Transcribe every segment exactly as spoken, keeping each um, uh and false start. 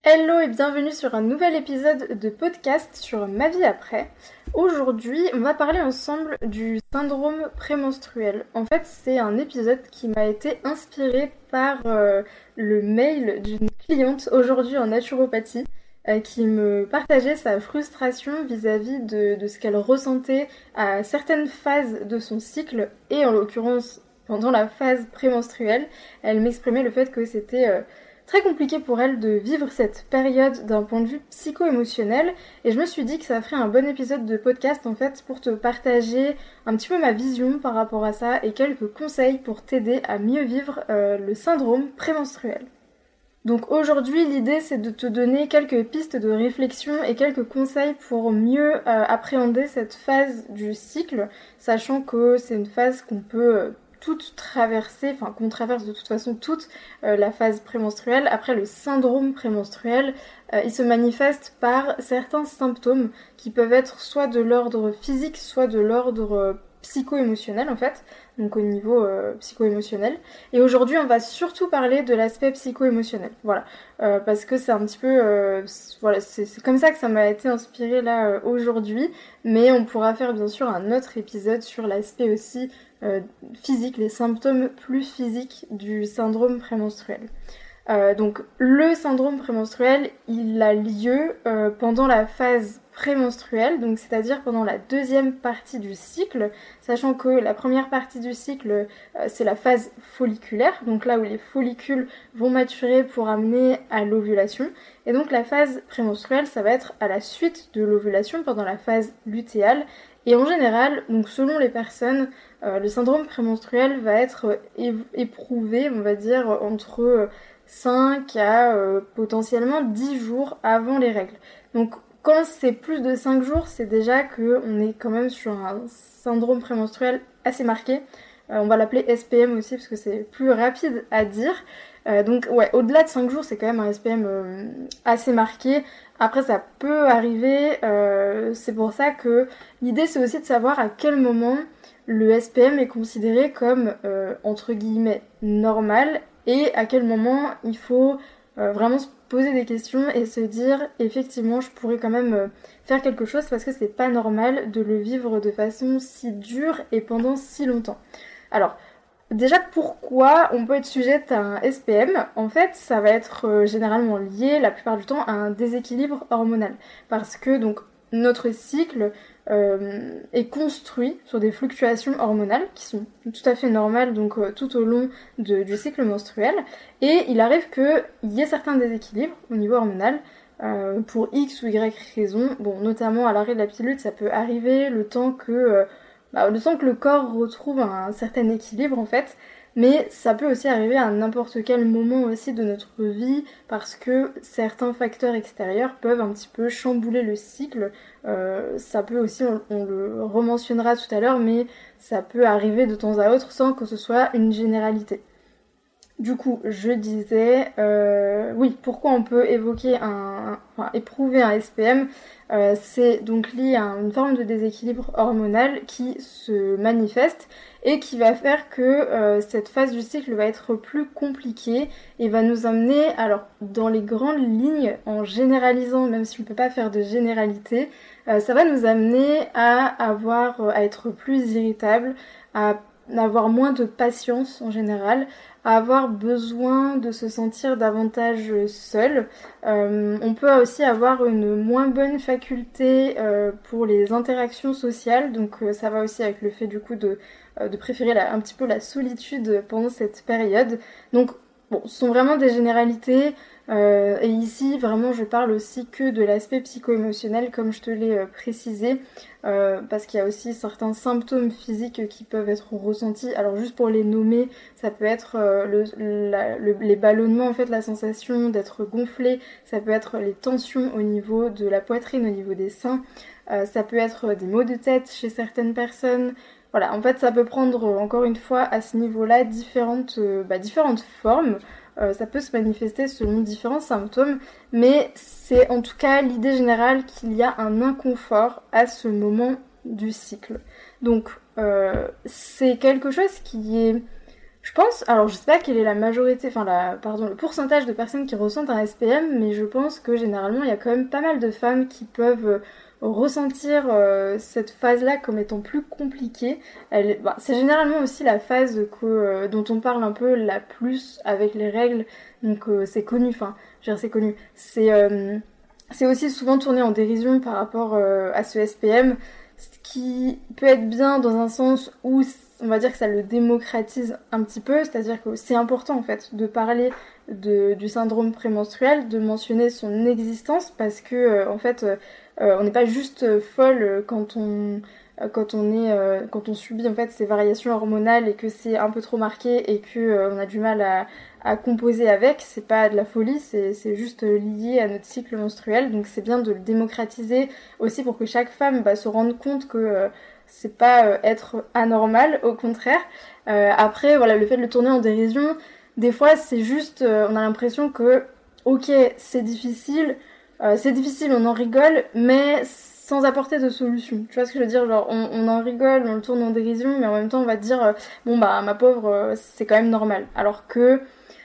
Hello et bienvenue sur un nouvel épisode de podcast sur ma vie après. Aujourd'hui, on va parler ensemble du syndrome prémenstruel. En fait, c'est un épisode qui m'a été inspiré par euh, le mail d'une cliente aujourd'hui en naturopathie euh, qui me partageait sa frustration vis-à-vis de, de ce qu'elle ressentait à certaines phases de son cycle et en l'occurrence pendant la phase prémenstruelle. Elle m'exprimait le fait que c'était... Euh, très compliqué pour elle de vivre cette période d'un point de vue psycho-émotionnel et je me suis dit que ça ferait un bon épisode de podcast en fait pour te partager un petit peu ma vision par rapport à ça et quelques conseils pour t'aider à mieux vivre euh, le syndrome prémenstruel. Donc aujourd'hui l'idée c'est de te donner quelques pistes de réflexion et quelques conseils pour mieux euh, appréhender cette phase du cycle, sachant que c'est une phase qu'on peut... Euh, toutes traversées, enfin qu'on traverse de toute façon toute euh, la phase prémenstruelle. Après le syndrome prémenstruel, euh, il se manifeste par certains symptômes qui peuvent être soit de l'ordre physique, soit de l'ordre euh, psycho-émotionnel en fait, donc au niveau euh, psycho-émotionnel. Et aujourd'hui on va surtout parler de l'aspect psycho-émotionnel, voilà, euh, parce que c'est un petit peu, euh, voilà, c'est, c'est comme ça que ça m'a été inspiré là euh, aujourd'hui, mais on pourra faire bien sûr un autre épisode sur l'aspect aussi Euh, physique, les symptômes plus physiques du syndrome prémenstruel. Euh, donc le syndrome prémenstruel, il a lieu euh, pendant la phase prémenstruelle, donc c'est-à-dire pendant la deuxième partie du cycle, sachant que la première partie du cycle, euh, c'est la phase folliculaire, donc là où les follicules vont maturer pour amener à l'ovulation, et donc la phase prémenstruelle, ça va être à la suite de l'ovulation, pendant la phase lutéale, et en général, donc selon les personnes, euh, le syndrome prémenstruel va être éprouvé, on va dire, entre cinq à euh, potentiellement dix jours avant les règles. Donc quand c'est plus de cinq jours, c'est déjà qu'on est quand même sur un syndrome prémenstruel assez marqué. Euh, on va l'appeler S P M aussi parce que c'est plus rapide à dire. Euh, donc ouais, au-delà de cinq jours, c'est quand même un S P M euh, assez marqué. Après, ça peut arriver, euh, c'est pour ça que l'idée c'est aussi de savoir à quel moment le S P M est considéré comme, euh, entre guillemets, normal et à quel moment il faut euh, vraiment se poser des questions et se dire effectivement je pourrais quand même euh, faire quelque chose parce que c'est pas normal de le vivre de façon si dure et pendant si longtemps. Alors, déjà, pourquoi on peut être sujette à un S P M ? En fait, ça va être euh, généralement lié la plupart du temps à un déséquilibre hormonal. Parce que donc notre cycle euh, est construit sur des fluctuations hormonales qui sont tout à fait normales donc euh, tout au long de, du cycle menstruel. Et il arrive qu'il y ait certains déséquilibres au niveau hormonal. Euh, pour X ou Y raison, bon, notamment à l'arrêt de la pilule, ça peut arriver le temps que... Euh, Bah, le temps que le corps retrouve un certain équilibre en fait, mais ça peut aussi arriver à n'importe quel moment aussi de notre vie parce que certains facteurs extérieurs peuvent un petit peu chambouler le cycle. Euh, ça peut aussi, on, on le rementionnera tout à l'heure, mais ça peut arriver de temps à autre sans que ce soit une généralité. Du coup, je disais, euh, oui, pourquoi on peut évoquer un, enfin, éprouver un S P M, euh, c'est donc lié à une forme de déséquilibre hormonal qui se manifeste et qui va faire que euh, cette phase du cycle va être plus compliquée et va nous amener, alors dans les grandes lignes, en généralisant, même si on ne peut pas faire de généralité, euh, ça va nous amener à avoir, à être plus irritable, à avoir moins de patience en général, à avoir besoin de se sentir davantage seul. Euh, on peut aussi avoir une moins bonne faculté euh, pour les interactions sociales, donc euh, ça va aussi avec le fait du coup de, euh, de préférer la, un petit peu la solitude pendant cette période. Donc bon, ce sont vraiment des généralités. Euh, et ici, vraiment, je parle aussi que de l'aspect psycho-émotionnel, comme je te l'ai euh, précisé, euh, parce qu'il y a aussi certains symptômes physiques qui peuvent être ressentis. Alors, juste pour les nommer, ça peut être euh, le, la, le, les ballonnements, en fait, la sensation d'être gonflé, ça peut être les tensions au niveau de la poitrine, au niveau des seins, euh, ça peut être des maux de tête chez certaines personnes. Voilà, en fait, ça peut prendre, encore une fois, à ce niveau-là, différentes, euh, bah, différentes formes. Euh, ça peut se manifester selon différents symptômes, mais c'est en tout cas l'idée générale qu'il y a un inconfort à ce moment du cycle. Donc, euh, c'est quelque chose qui est Je pense, alors je sais pas quelle est la majorité, enfin la, pardon, le pourcentage de personnes qui ressentent un S P M, mais je pense que généralement il y a quand même pas mal de femmes qui peuvent euh, ressentir euh, cette phase-là comme étant plus compliquée. Elle, bah, c'est généralement aussi la phase que, euh, dont on parle un peu la plus avec les règles, donc euh, c'est connu, enfin, je veux dire c'est connu. C'est, euh, c'est aussi souvent tourné en dérision par rapport euh, à ce S P M, ce qui peut être bien dans un sens où on va dire que ça le démocratise un petit peu, c'est-à-dire que c'est important en fait de parler de, du syndrome prémenstruel, de mentionner son existence parce que euh, en fait euh, on n'est pas juste folle quand on euh, quand on est euh, quand on subit en fait ces variations hormonales et que c'est un peu trop marqué et que euh, on a du mal à, à composer avec, c'est pas de la folie, c'est, c'est juste lié à notre cycle menstruel, donc c'est bien de le démocratiser aussi pour que chaque femme bah, se rende compte que euh, c'est pas euh, être anormal, au contraire. Euh, après, voilà, le fait de le tourner en dérision, des fois c'est juste, euh, on a l'impression que, ok, c'est difficile, euh, c'est difficile, on en rigole, mais sans apporter de solution. Tu vois ce que je veux dire? Genre, on, on en rigole, on le tourne en dérision, mais en même temps, on va dire, euh, bon bah, ma pauvre, euh, c'est quand même normal. Alors que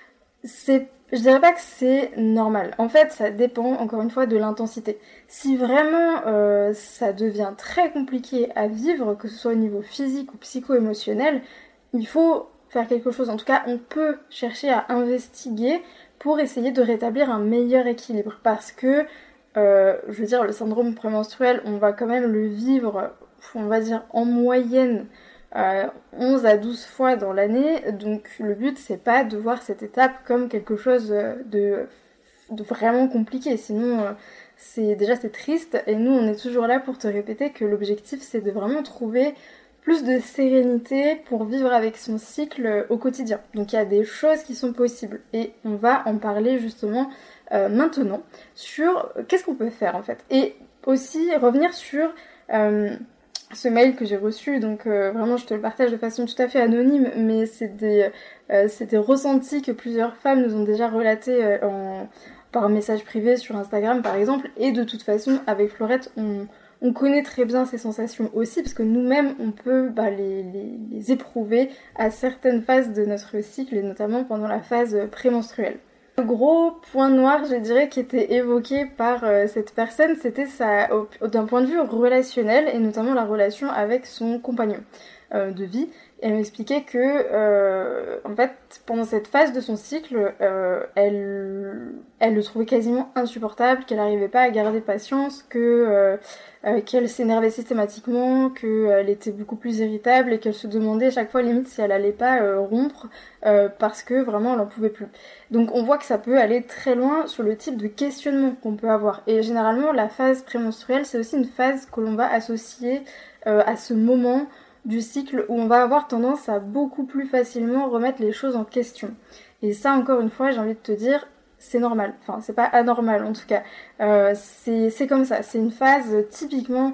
c'est, je dirais pas que c'est normal. En fait, ça dépend, encore une fois, de l'intensité. Si vraiment euh, ça devient très compliqué à vivre, que ce soit au niveau physique ou psycho-émotionnel, il faut faire quelque chose. En tout cas, on peut chercher à investiguer pour essayer de rétablir un meilleur équilibre. Parce que, euh, je veux dire, le syndrome prémenstruel, on va quand même le vivre, on va dire, en moyenne Euh, onze à douze fois dans l'année, donc le but c'est pas de voir cette étape comme quelque chose de, de vraiment compliqué, sinon euh, c'est déjà c'est triste et nous on est toujours là pour te répéter que l'objectif c'est de vraiment trouver plus de sérénité pour vivre avec son cycle au quotidien. Donc il y a des choses qui sont possibles et on va en parler justement euh, maintenant sur qu'est-ce qu'on peut faire en fait et aussi revenir sur euh, ce mail que j'ai reçu, donc euh, vraiment je te le partage de façon tout à fait anonyme, mais c'est des, euh, c'est des ressentis que plusieurs femmes nous ont déjà relatés euh, en, par message privé sur Instagram par exemple, et de toute façon avec Florette on, on connaît très bien ces sensations aussi, parce que nous-mêmes on peut bah, les, les, les éprouver à certaines phases de notre cycle, et notamment pendant la phase prémenstruelle. Le gros point noir, je dirais, qui était évoqué par euh, cette personne, c'était sa, au, d'un point de vue relationnel, et notamment la relation avec son compagnon euh, de vie. Et elle m'expliquait que, euh, en fait, pendant cette phase de son cycle, euh, elle, elle le trouvait quasiment insupportable, qu'elle n'arrivait pas à garder patience, que, euh, euh, qu'elle s'énervait systématiquement, qu'elle était beaucoup plus irritable et qu'elle se demandait à chaque fois limite si elle allait pas euh, rompre euh, parce que vraiment elle en pouvait plus. Donc on voit que ça peut aller très loin sur le type de questionnement qu'on peut avoir. Et généralement la phase prémenstruelle c'est aussi une phase que l'on va associer euh, à ce moment du cycle où on va avoir tendance à beaucoup plus facilement remettre les choses en question. Et ça encore une fois j'ai envie de te dire, c'est normal, enfin c'est pas anormal en tout cas, euh, c'est, c'est comme ça, c'est une phase typiquement,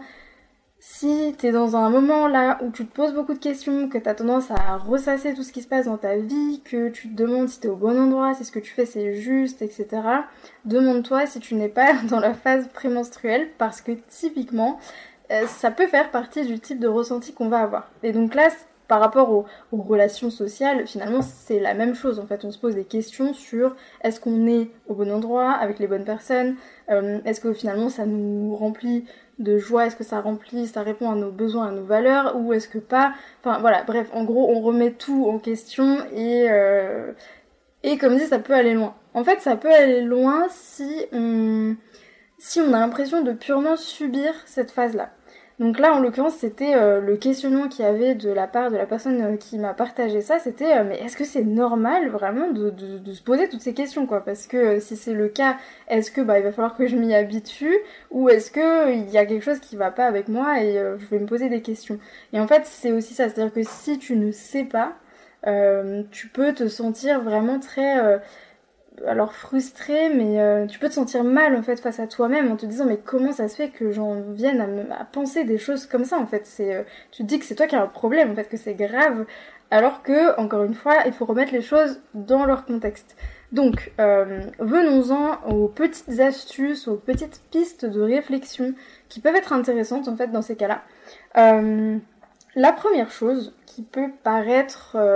si t'es dans un moment là où tu te poses beaucoup de questions, que t'as tendance à ressasser tout ce qui se passe dans ta vie, que tu te demandes si t'es au bon endroit, si ce que tu fais c'est juste, et cetera, demande-toi si tu n'es pas dans la phase prémenstruelle, parce que typiquement, euh, ça peut faire partie du type de ressenti qu'on va avoir. Et donc là, par rapport aux, aux relations sociales, finalement c'est la même chose en fait, on se pose des questions sur est-ce qu'on est au bon endroit, avec les bonnes personnes, euh, est-ce que finalement ça nous remplit de joie, est-ce que ça remplit, ça répond à nos besoins, à nos valeurs, ou est-ce que pas, enfin voilà, bref, en gros on remet tout en question et, euh, et comme dit ça peut aller loin. En fait ça peut aller loin si on, si on a l'impression de purement subir cette phase-là. Donc là, en l'occurrence, c'était euh, le questionnement qu'il y avait de la part de la personne euh, qui m'a partagé ça, c'était euh, mais est-ce que c'est normal vraiment de, de, de se poser toutes ces questions quoi? Parce que euh, si c'est le cas, est-ce que bah il va falloir que je m'y habitue ou est-ce que il y a quelque chose qui va pas avec moi et euh, je vais me poser des questions? Et en fait, c'est aussi ça, c'est-à-dire que si tu ne sais pas, euh, tu peux te sentir vraiment très euh, alors frustré, mais euh, tu peux te sentir mal en fait face à toi-même en te disant mais comment ça se fait que j'en vienne à, me, à penser des choses comme ça en fait, c'est, euh, tu te dis que c'est toi qui as un problème en fait, que c'est grave, alors que encore une fois il faut remettre les choses dans leur contexte. Donc euh, venons-en aux petites astuces, aux petites pistes de réflexion qui peuvent être intéressantes en fait dans ces cas-là. Euh, la première chose qui peut paraître euh,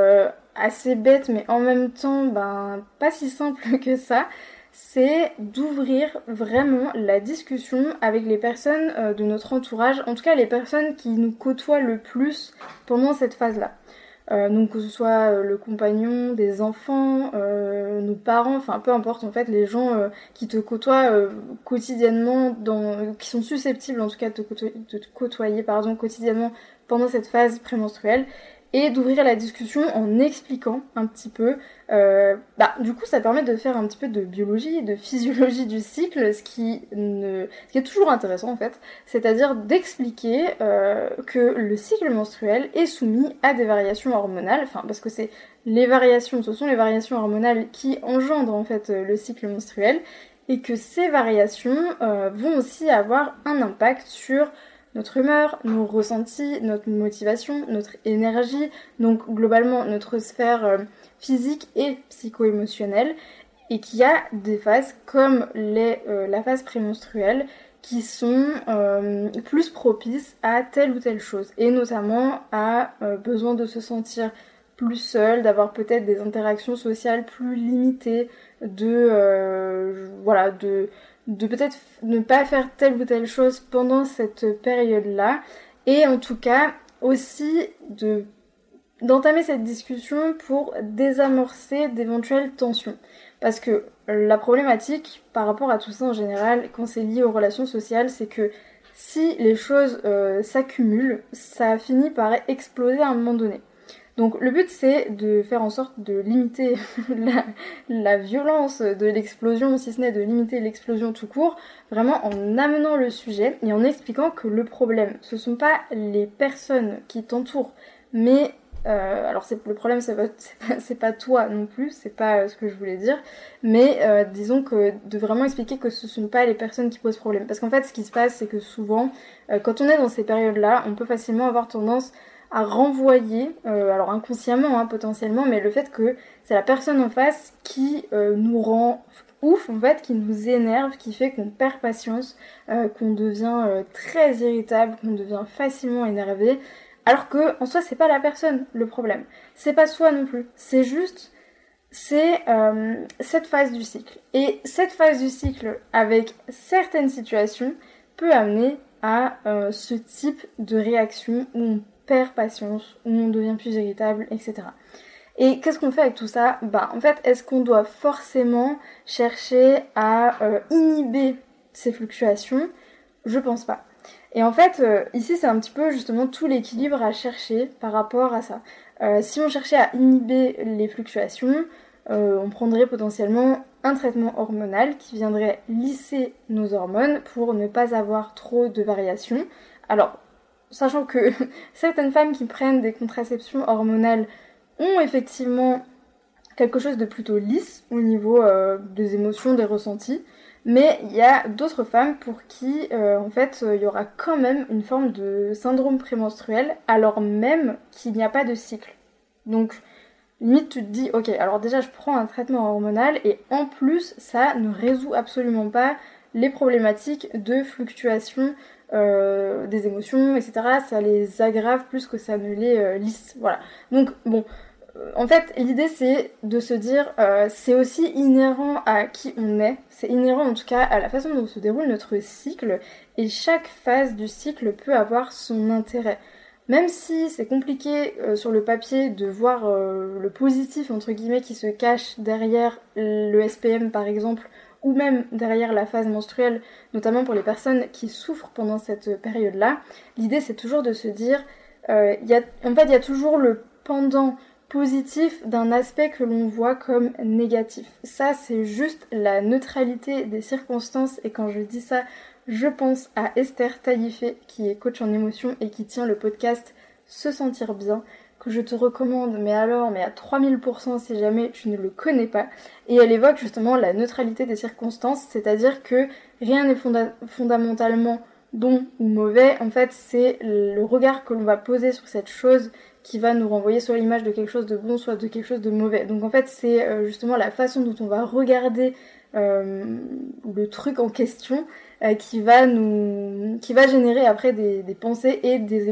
assez bête, mais en même temps, ben, pas si simple que ça, c'est d'ouvrir vraiment la discussion avec les personnes euh, de notre entourage, en tout cas les personnes qui nous côtoient le plus pendant cette phase-là. Euh, donc que ce soit euh, le compagnon, des enfants, euh, nos parents, enfin peu importe en fait, les gens euh, qui te côtoient euh, quotidiennement, dans, qui sont susceptibles en tout cas de te côtoyer, de te côtoyer pardon, quotidiennement pendant cette phase prémenstruelle, et d'ouvrir la discussion en expliquant un petit peu. Euh, bah, du coup, ça permet de faire un petit peu de biologie, de physiologie du cycle, ce qui, ne, ce qui est toujours intéressant en fait, c'est-à-dire d'expliquer euh, que le cycle menstruel est soumis à des variations hormonales, enfin parce que c'est les variations, ce sont les variations hormonales qui engendrent en fait le cycle menstruel, et que ces variations euh, vont aussi avoir un impact sur notre humeur, nos ressentis, notre motivation, notre énergie, donc globalement notre sphère euh, physique et psycho-émotionnelle, et qu'il y a des phases comme les, euh, la phase prémenstruelle qui sont euh, plus propices à telle ou telle chose, et notamment à euh, besoin de se sentir plus seul, d'avoir peut-être des interactions sociales plus limitées, de euh, voilà, de de peut-être ne pas faire telle ou telle chose pendant cette période-là, et en tout cas aussi de, d'entamer cette discussion pour désamorcer d'éventuelles tensions. Parce que la problématique par rapport à tout ça en général, quand c'est lié aux relations sociales, c'est que si les choses euh, s'accumulent, ça finit par exploser à un moment donné. Donc le but c'est de faire en sorte de limiter la, la violence de l'explosion, si ce n'est de limiter l'explosion tout court, vraiment en amenant le sujet et en expliquant que le problème, ce sont pas les personnes qui t'entourent, mais euh, alors c'est, le problème c'est pas, c'est, pas, c'est pas toi non plus, c'est pas ce que je voulais dire, mais euh, disons que de vraiment expliquer que ce sont pas les personnes qui posent problème. Parce qu'en fait ce qui se passe c'est que souvent, euh, quand on est dans ces périodes-là, on peut facilement avoir tendance à renvoyer, euh, alors inconsciemment hein, potentiellement, mais le fait que c'est la personne en face qui euh, nous rend ouf en fait, qui nous énerve, qui fait qu'on perd patience, euh, qu'on devient euh, très irritable, qu'on devient facilement énervé, alors que en soi c'est pas la personne le problème, c'est pas soi non plus, c'est juste c'est euh, cette phase du cycle. Et cette phase du cycle avec certaines situations peut amener à euh, ce type de réaction où on perd patience, où on devient plus irritable, et cetera. Et qu'est-ce qu'on fait avec tout ça ? Bah, en fait, est-ce qu'on doit forcément chercher à euh, inhiber ces fluctuations ? Je pense pas. Et en fait, euh, ici, c'est un petit peu justement tout l'équilibre à chercher par rapport à ça. Euh, si on cherchait à inhiber les fluctuations, euh, on prendrait potentiellement un traitement hormonal qui viendrait lisser nos hormones pour ne pas avoir trop de variations. Alors, sachant que certaines femmes qui prennent des contraceptions hormonales ont effectivement quelque chose de plutôt lisse au niveau euh, des émotions, des ressentis, mais il y a d'autres femmes pour qui euh, en fait il y aura quand même une forme de syndrome prémenstruel alors même qu'il n'y a pas de cycle. Donc limite tu te dis ok, alors déjà je prends un traitement hormonal et en plus ça ne résout absolument pas les problématiques de fluctuation Euh, des émotions, et cetera. Ça les aggrave plus que ça ne les euh, lisse. Voilà. Donc, bon, euh, en fait, l'idée c'est de se dire, euh, c'est aussi inhérent à qui on est, c'est inhérent en tout cas à la façon dont se déroule notre cycle, et chaque phase du cycle peut avoir son intérêt. Même si c'est compliqué euh, sur le papier de voir euh, le positif, entre guillemets, qui se cache derrière le S P M par exemple, ou même derrière la phase menstruelle, notamment pour les personnes qui souffrent pendant cette période-là, l'idée c'est toujours de se dire, euh, y a, en fait il y a toujours le pendant positif d'un aspect que l'on voit comme négatif. Ça c'est juste la neutralité des circonstances, et quand je dis ça, je pense à Esther Taïfé, qui est coach en émotion et qui tient le podcast Se Sentir Bien, que je te recommande, mais alors, mais à trois mille pour cent si jamais tu ne le connais pas. Et elle évoque justement la neutralité des circonstances, c'est-à-dire que rien n'est fonda- fondamentalement bon ou mauvais. En fait, c'est le regard que l'on va poser sur cette chose qui va nous renvoyer soit l'image de quelque chose de bon, soit de quelque chose de mauvais. Donc en fait, c'est euh, justement la façon dont on va regarder euh, le truc en question euh, qui va nous, qui va générer après des, des pensées et des émotions.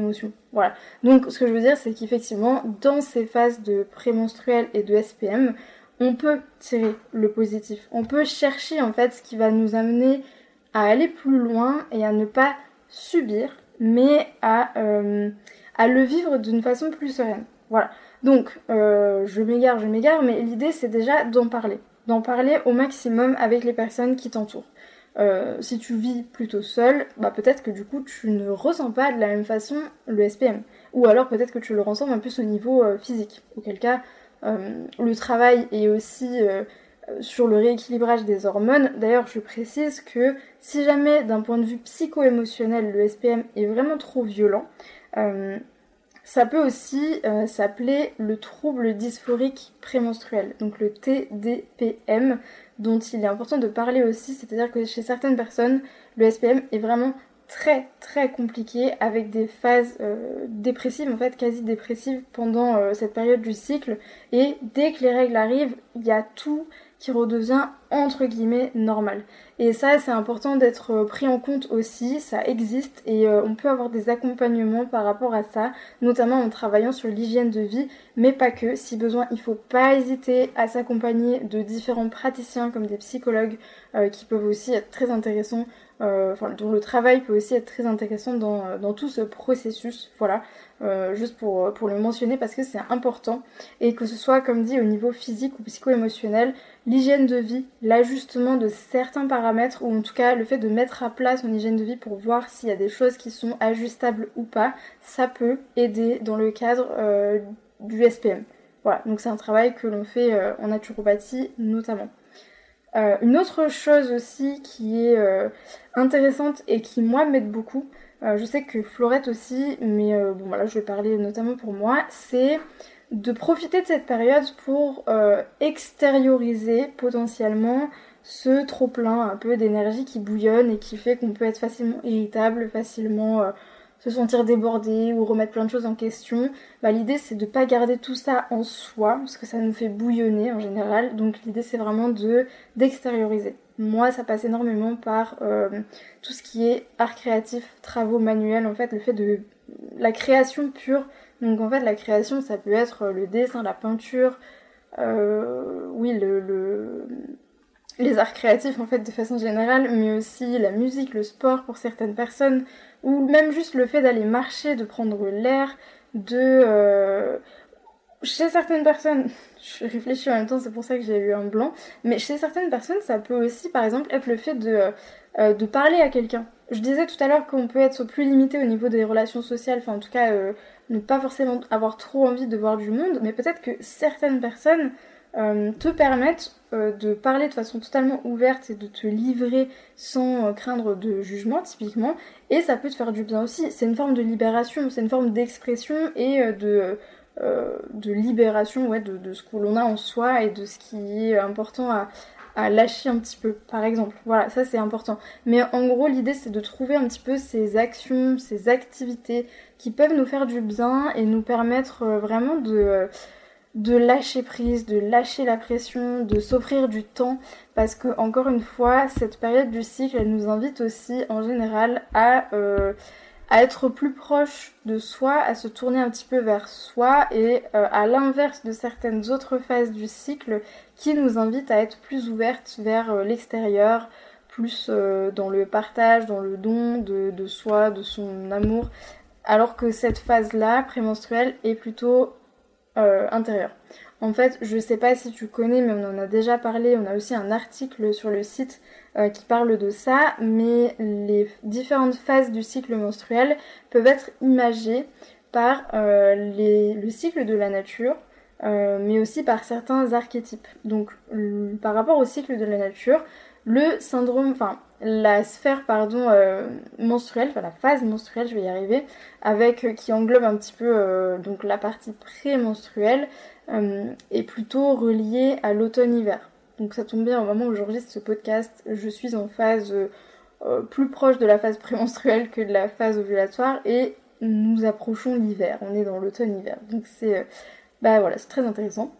Voilà. Donc ce que je veux dire, c'est qu'effectivement, dans ces phases de prémenstruel et de S P M, on peut tirer le positif. On peut chercher en fait ce qui va nous amener à aller plus loin et à ne pas subir, mais à, euh, à le vivre d'une façon plus sereine. Voilà. Donc, euh, je m'égare, je m'égare, mais l'idée c'est déjà d'en parler. D'en parler au maximum avec les personnes qui t'entourent. Euh, si tu vis plutôt seul, bah peut-être que du coup tu ne ressens pas de la même façon le S P M. Ou alors peut-être que tu le ressens un peu au niveau euh, physique. Auquel cas, euh, le travail est aussi euh, sur le rééquilibrage des hormones. D'ailleurs, je précise que si jamais d'un point de vue psycho-émotionnel le S P M est vraiment trop violent, euh, ça peut aussi euh, s'appeler le trouble dysphorique prémenstruel, donc le T D P M, dont il est important de parler aussi, c'est-à-dire que chez certaines personnes, le S P M est vraiment très très compliqué, avec des phases euh, dépressives, en fait quasi dépressives pendant euh, cette période du cycle, et dès que les règles arrivent, il y a tout qui redevient entre guillemets normal. Et ça, c'est important d'être pris en compte aussi, ça existe et euh, on peut avoir des accompagnements par rapport à ça, notamment en travaillant sur l'hygiène de vie, mais pas que. Si besoin, il faut pas hésiter à s'accompagner de différents praticiens comme des psychologues euh, qui peuvent aussi être très intéressants, euh, enfin dont le travail peut aussi être très intéressant dans, dans tout ce processus, voilà. Euh, juste pour, pour le mentionner parce que c'est important, et que ce soit comme dit au niveau physique ou psycho-émotionnel, l'hygiène de vie, l'ajustement de certains paramètres, ou en tout cas le fait de mettre à plat son hygiène de vie pour voir s'il y a des choses qui sont ajustables ou pas, ça peut aider dans le cadre euh, du S P M. Voilà, donc c'est un travail que l'on fait euh, en naturopathie notamment. Euh, une autre chose aussi qui est euh, intéressante et qui moi m'aide beaucoup, euh, je sais que Florette aussi, mais euh, bon voilà, je vais parler notamment pour moi, c'est de profiter de cette période pour euh, extérioriser potentiellement ce trop-plein un peu d'énergie qui bouillonne et qui fait qu'on peut être facilement irritable, facilement euh, se sentir débordé ou remettre plein de choses en question. Bah, l'idée c'est de pas garder tout ça en soi, parce que ça nous fait bouillonner en général, donc l'idée c'est vraiment de d'extérioriser. Moi ça passe énormément par euh, tout ce qui est art créatif, travaux manuels, en fait le fait de la création pure. Donc en fait la création ça peut être le dessin, la peinture, euh, oui le, le les arts créatifs en fait de façon générale, mais aussi la musique, le sport pour certaines personnes, ou même juste le fait d'aller marcher, de prendre l'air, de... Euh... Chez certaines personnes, je réfléchis en même temps, c'est pour ça que j'ai eu un blanc, mais chez certaines personnes ça peut aussi par exemple être le fait de, euh, de parler à quelqu'un. Je disais tout à l'heure qu'on peut être plus limité au niveau des relations sociales, enfin en tout cas euh, ne pas forcément avoir trop envie de voir du monde, mais peut-être que certaines personnes euh, te permettent euh, de parler de façon totalement ouverte et de te livrer sans euh, craindre de jugement typiquement, et ça peut te faire du bien aussi. C'est une forme de libération, c'est une forme d'expression et euh, de, euh, de libération ouais, de, de ce que l'on a en soi et de ce qui est important à, à lâcher un petit peu, par exemple. Voilà, ça c'est important. Mais en gros, l'idée c'est de trouver un petit peu ces actions, ces activités qui peuvent nous faire du bien et nous permettre euh, vraiment de... Euh, de lâcher prise, de lâcher la pression, de s'offrir du temps, parce que encore une fois, cette période du cycle, elle nous invite aussi en général à, euh, à être plus proche de soi, à se tourner un petit peu vers soi, et euh, à l'inverse de certaines autres phases du cycle qui nous invitent à être plus ouvertes vers euh, l'extérieur, plus euh, dans le partage, dans le don de, de soi, de son amour, alors que cette phase-là, prémenstruelle, est plutôt Euh, intérieur. En fait, je sais pas si tu connais, mais on en a déjà parlé, on a aussi un article sur le site euh, qui parle de ça, mais les différentes phases du cycle menstruel peuvent être imagées par euh, les, le cycle de la nature, euh, mais aussi par certains archétypes. Donc, le, par rapport au cycle de la nature, le syndrome, enfin, la sphère, pardon, euh, menstruelle, enfin la phase menstruelle, je vais y arriver, avec, euh, qui englobe un petit peu euh, donc la partie pré-menstruelle, euh, est plutôt reliée à l'automne-hiver. Donc ça tombe bien, au moment où j'enregistre ce podcast, je suis en phase euh, euh, plus proche de la phase prémenstruelle que de la phase ovulatoire, et nous approchons l'hiver, on est dans l'automne-hiver. Donc c'est... Euh, bah voilà, c'est très intéressant.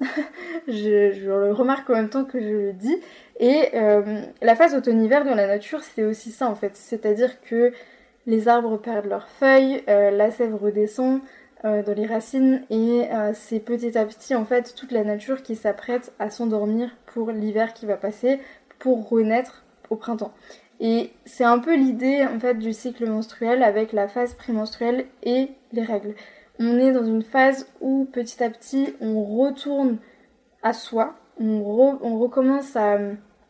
je, je le remarque en même temps que je le dis. Et euh, la phase automne-hiver dans la nature, c'est aussi ça en fait. C'est-à-dire que les arbres perdent leurs feuilles, euh, la sève redescend euh, dans les racines et euh, c'est petit à petit en fait toute la nature qui s'apprête à s'endormir pour l'hiver qui va passer, pour renaître au printemps. Et c'est un peu l'idée en fait du cycle menstruel avec la phase prémenstruelle et les règles. On est dans une phase où petit à petit on retourne à soi, on, re, on recommence à,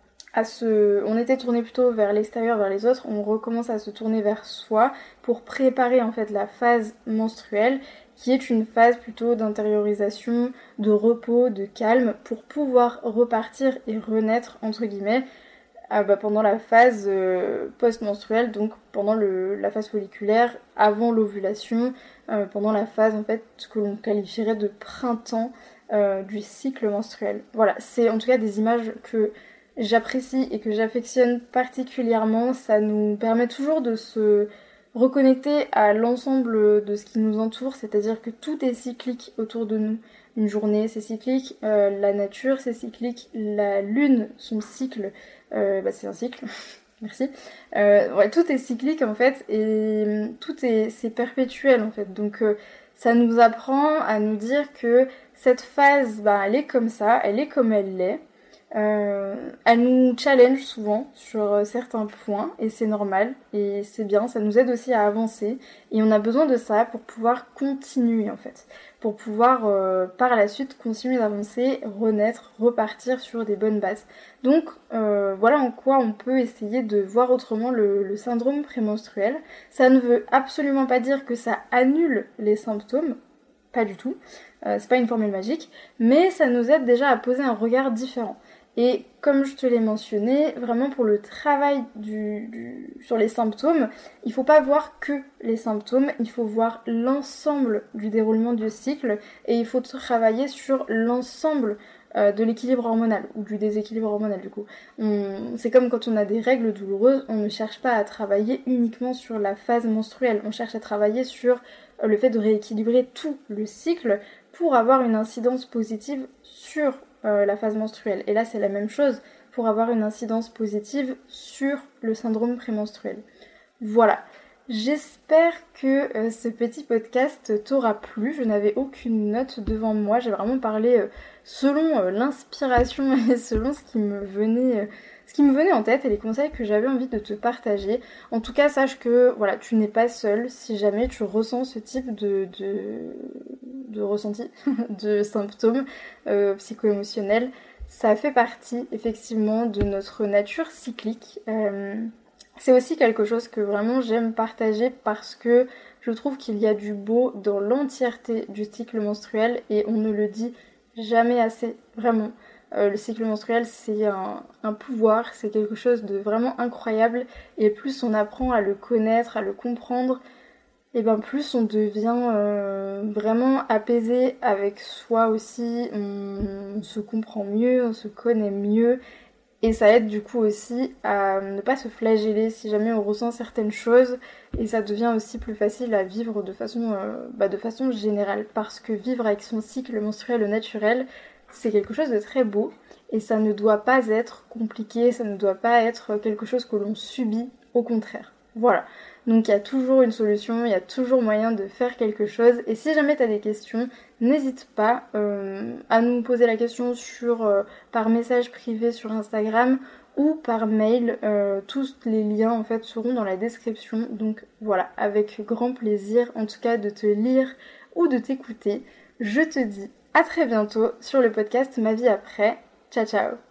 à se... On était tourné plutôt vers l'extérieur, vers les autres, on recommence à se tourner vers soi pour préparer en fait la phase menstruelle qui est une phase plutôt d'intériorisation, de repos, de calme pour pouvoir repartir et renaître entre guillemets ah bah, pendant la phase euh, post-menstruelle, donc pendant le, la phase folliculaire, avant l'ovulation, euh, pendant la phase en fait que l'on qualifierait de printemps euh, du cycle menstruel. Voilà, c'est en tout cas des images que j'apprécie et que j'affectionne particulièrement. Ça nous permet toujours de se reconnecter à l'ensemble de ce qui nous entoure, c'est-à-dire que tout est cyclique autour de nous. Une journée, c'est cyclique, euh, la nature, c'est cyclique, la lune, son cycle, euh, bah c'est un cycle, merci. Euh, ouais, tout est cyclique en fait, et tout est, c'est perpétuel en fait. Donc euh, ça nous apprend à nous dire que cette phase, bah, elle est comme ça, elle est comme elle l'est. Euh, elle nous challenge souvent sur certains points et c'est normal et c'est bien, ça nous aide aussi à avancer et on a besoin de ça pour pouvoir continuer en fait, pour pouvoir euh, par la suite continuer d'avancer, renaître, repartir sur des bonnes bases. Donc euh, voilà en quoi on peut essayer de voir autrement le, le syndrome prémenstruel. Ça ne veut absolument pas dire que ça annule les symptômes, pas du tout, euh, c'est pas une formule magique, mais ça nous aide déjà à poser un regard différent. Et comme je te l'ai mentionné, vraiment pour le travail du, du, sur les symptômes, il ne faut pas voir que les symptômes, il faut voir l'ensemble du déroulement du cycle et il faut travailler sur l'ensemble euh, de l'équilibre hormonal ou du déséquilibre hormonal du coup. On, c'est comme quand on a des règles douloureuses, on ne cherche pas à travailler uniquement sur la phase menstruelle, on cherche à travailler sur le fait de rééquilibrer tout le cycle pour avoir une incidence positive sur Euh, la phase menstruelle. Et là, c'est la même chose pour avoir une incidence positive sur le syndrome prémenstruel. Voilà. J'espère que euh, ce petit podcast t'aura plu. Je n'avais aucune note devant moi. J'ai vraiment parlé euh, selon euh, l'inspiration et selon ce qui me venait... Euh, ce qui me venait en tête et les conseils que j'avais envie de te partager. En tout cas, sache que voilà, tu n'es pas seule si jamais tu ressens ce type de, de, de ressenti, de symptômes euh, psycho-émotionnels. Ça fait partie effectivement de notre nature cyclique. Euh, c'est aussi quelque chose que vraiment j'aime partager parce que je trouve qu'il y a du beau dans l'entièreté du cycle menstruel et on ne le dit jamais assez, vraiment. Euh, le cycle menstruel, c'est un, un pouvoir, c'est quelque chose de vraiment incroyable et plus on apprend à le connaître, à le comprendre, et ben plus on devient euh, vraiment apaisé avec soi aussi, on, on se comprend mieux, on se connaît mieux et ça aide du coup aussi à ne pas se flageller si jamais on ressent certaines choses et ça devient aussi plus facile à vivre de façon, euh, bah, de façon générale parce que vivre avec son cycle menstruel au naturel, c'est quelque chose de très beau et ça ne doit pas être compliqué, ça ne doit pas être quelque chose que l'on subit, au contraire. Voilà, donc il y a toujours une solution, il y a toujours moyen de faire quelque chose et si jamais tu as des questions, n'hésite pas euh, à nous poser la question sur, euh, par message privé sur Instagram ou par mail, euh, tous les liens en fait seront dans la description, donc voilà, avec grand plaisir en tout cas de te lire ou de t'écouter. Je te dis à très bientôt sur le podcast Ma vie après. Ciao ciao.